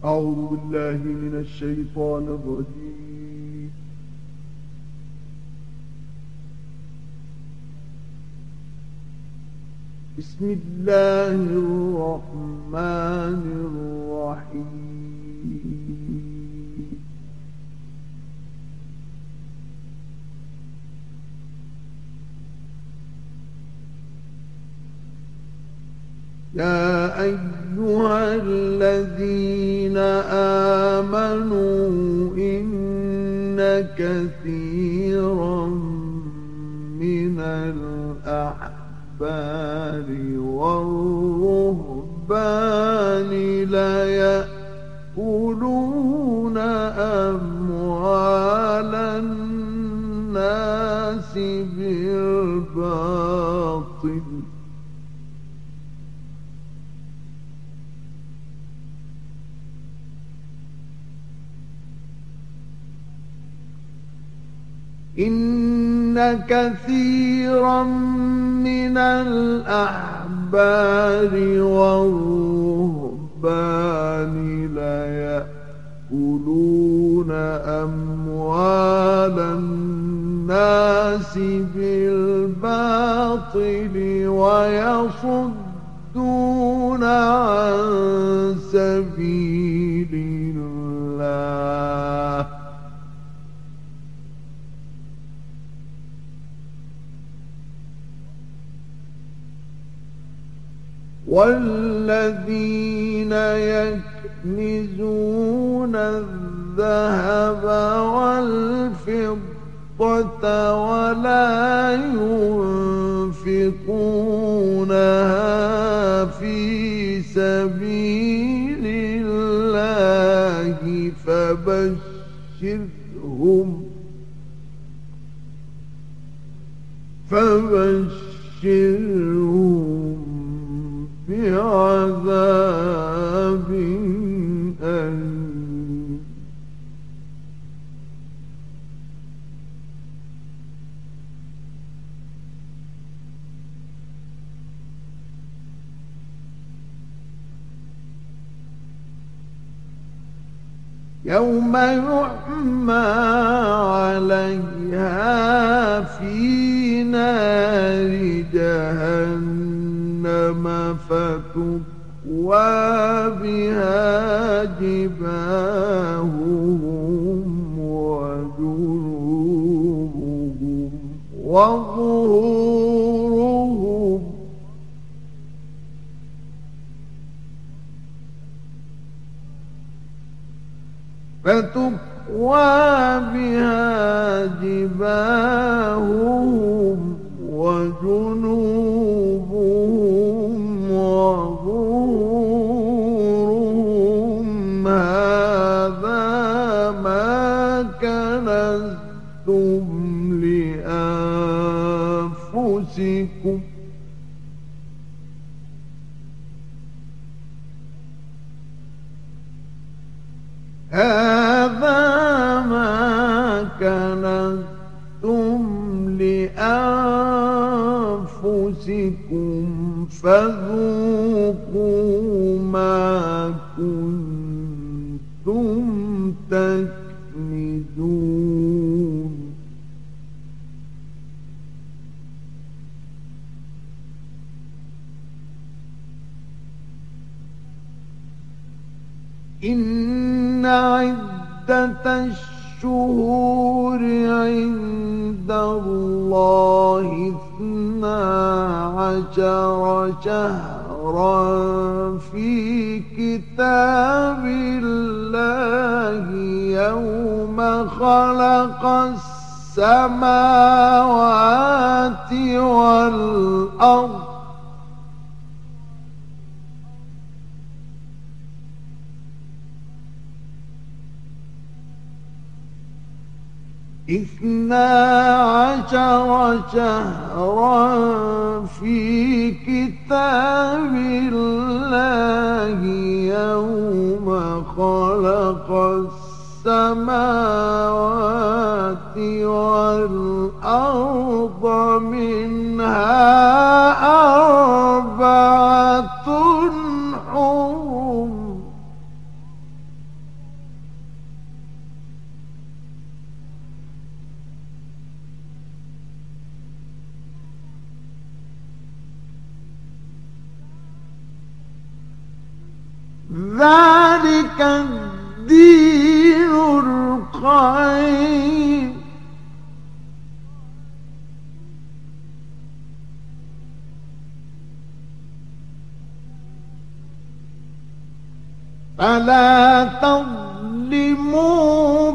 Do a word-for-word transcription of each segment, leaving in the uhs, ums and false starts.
أعوذ بالله من الشيطان الرجيم. بسم الله الرحمن الرحيم. يا أيها الذين آمنوا إن كثيرا من الأحبار والرهبان ليأكلون أموال الناس بالباطل إن كثيرا من الأحبار والرهبان ليأكلون أموال الناس بالباطل ويصدون عن سبيل الله والذين يكنزون الذهب والفضة ولا ينفقونها في سبيل الله فبشرهم فبشرهم بعذاب أليم. يوم يحمى عليها في نار جهنم فتكوى بها جباههم وجنوبهم وظهورهم فتكوى بها جباههم وجنوبهم وظهورهم هذا ما كنزتم لأنفسكم هذا ما كنزتم لأنفسكم فذوقوا ما كنتم تكنزون. إن عدة الشهور عند الله اثنا عشر شهرا في كتاب الله يوم خلق السماوات والأرض اثنا عشر شهرا في كتاب الله يوم خلق السماوات والأرض منها أربعة حرم ذلك الدين القيم فلا تظلموا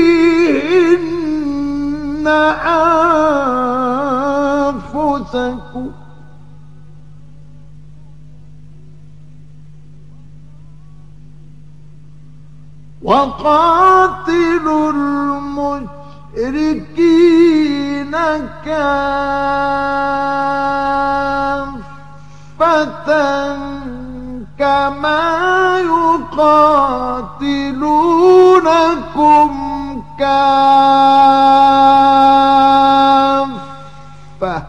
فيهن أنفسكم وقاتلوا المشركين كافة كما يقاتلونكم كافة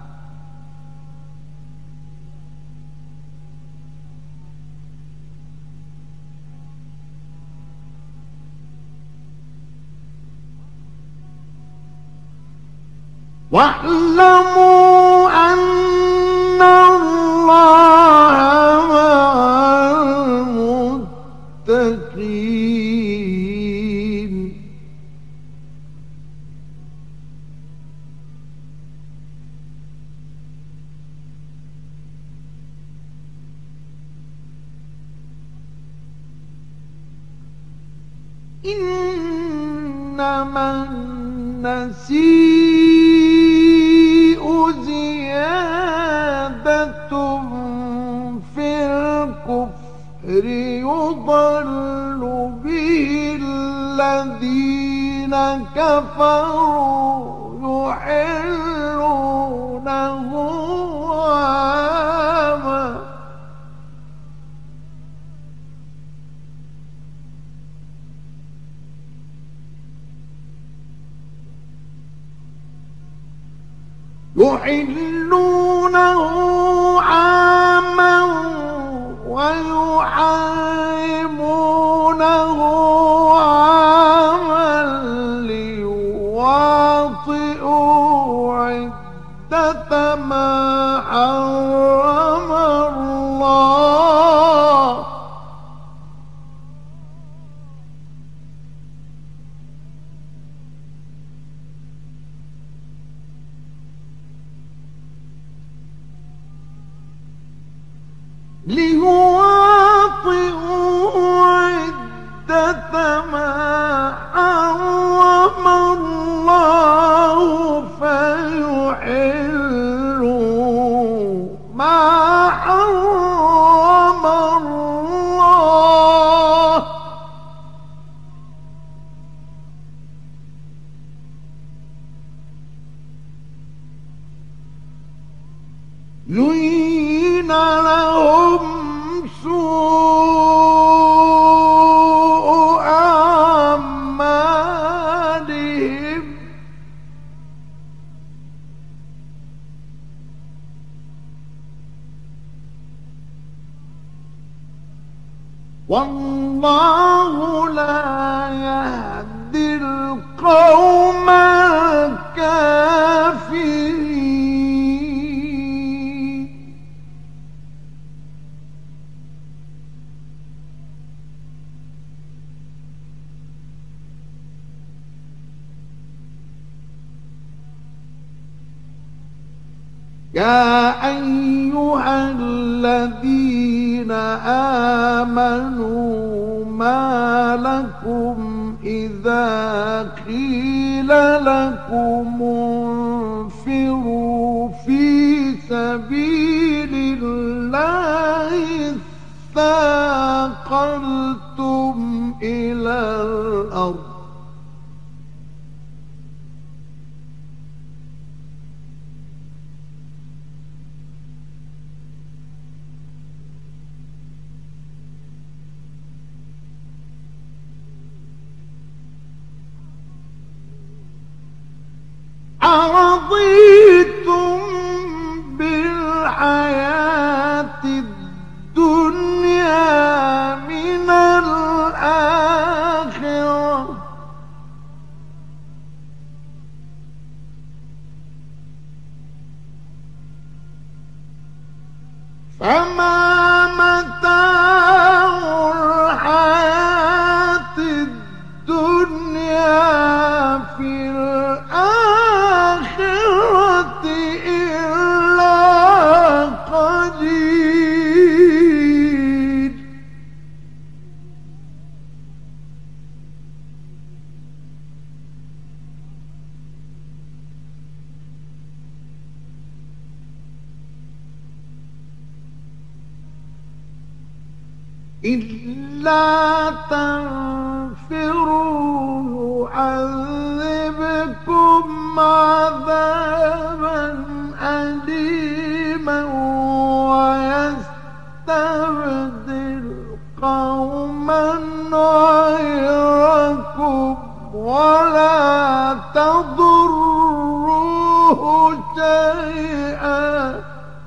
واعلموا أن الله مع المتقين إنما النسيء زيادة في الكفر يضل به الذين كفروا يحلونه عاما يحلونه عاما ويحرمونه عاما ليواطئوا عدة ما حرم الله ليواطئوا عدة ما حرم الله فيحلوا ما حرم الله زين لهم سوء أعمالهم والله لا يهدي القوم الكافرين يا أيها الذين آمنوا ما لكم إذا قيل لكم انفروا في سبيل الله اثاقلتم إلى الأرض أرضيتم بالحياة الدنيا من الآخرة فما متاع إلا تنفروا يعذبكم عذابا أليما ويستبدل قوما غيركم ولا تضروه شيئا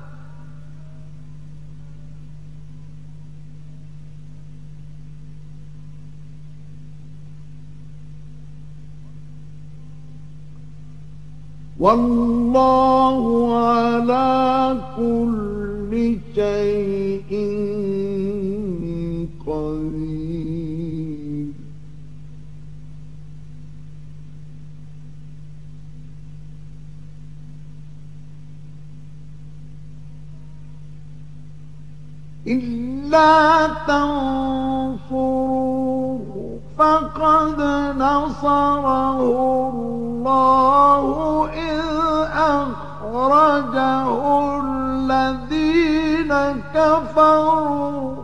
والله على كل شيء قدير. إلا تنصروه فقد نصره الله إذ أخرجه الذين كفروا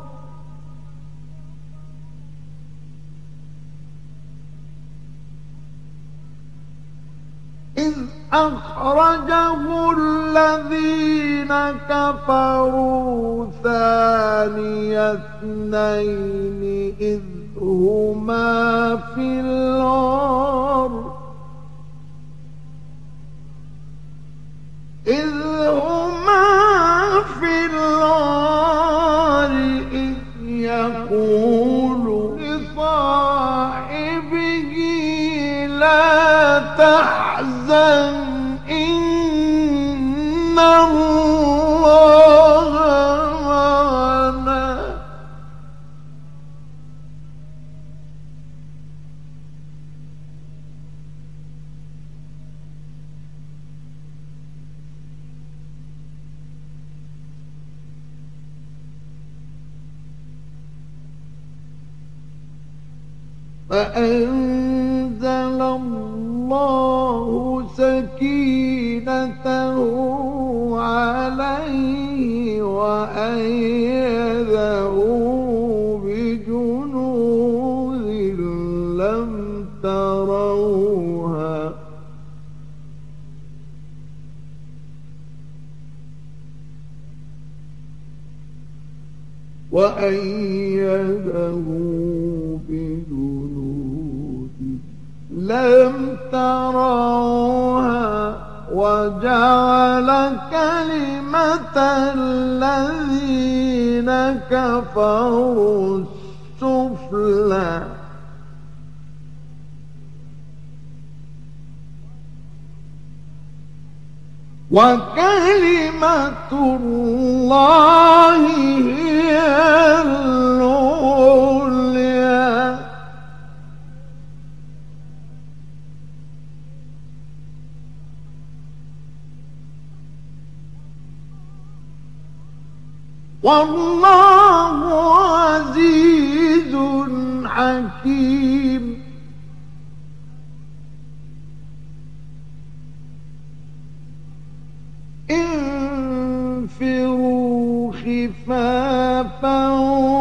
إذ أخرجه الذين كفروا ثاني اثنين إذ هما في الغار إذ هما في الغار إذ يقول لصاحبه لا تحزن إن الله معنا فأنزل الله سكينته عليه وأيده بجنود لم تروها وأيده بجنود لم تروها وجعل كلمة الذين كفروا السفلى وكلمة الله هي العليا والله عزيز حكيم. انفروا خفافا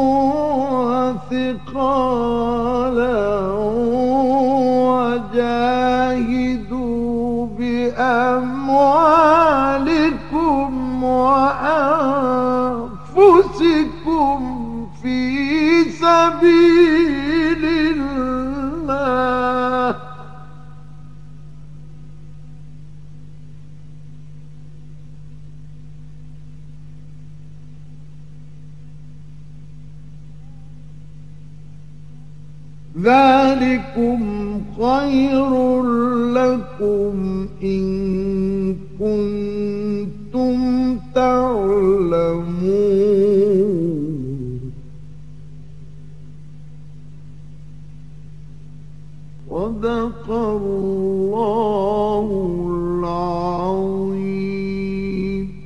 وثقالا وجاهدوا بأموالكم وأنفسكم في سبيل الله ذلكم خير لكم إن كنتم تعلمون. صدق الله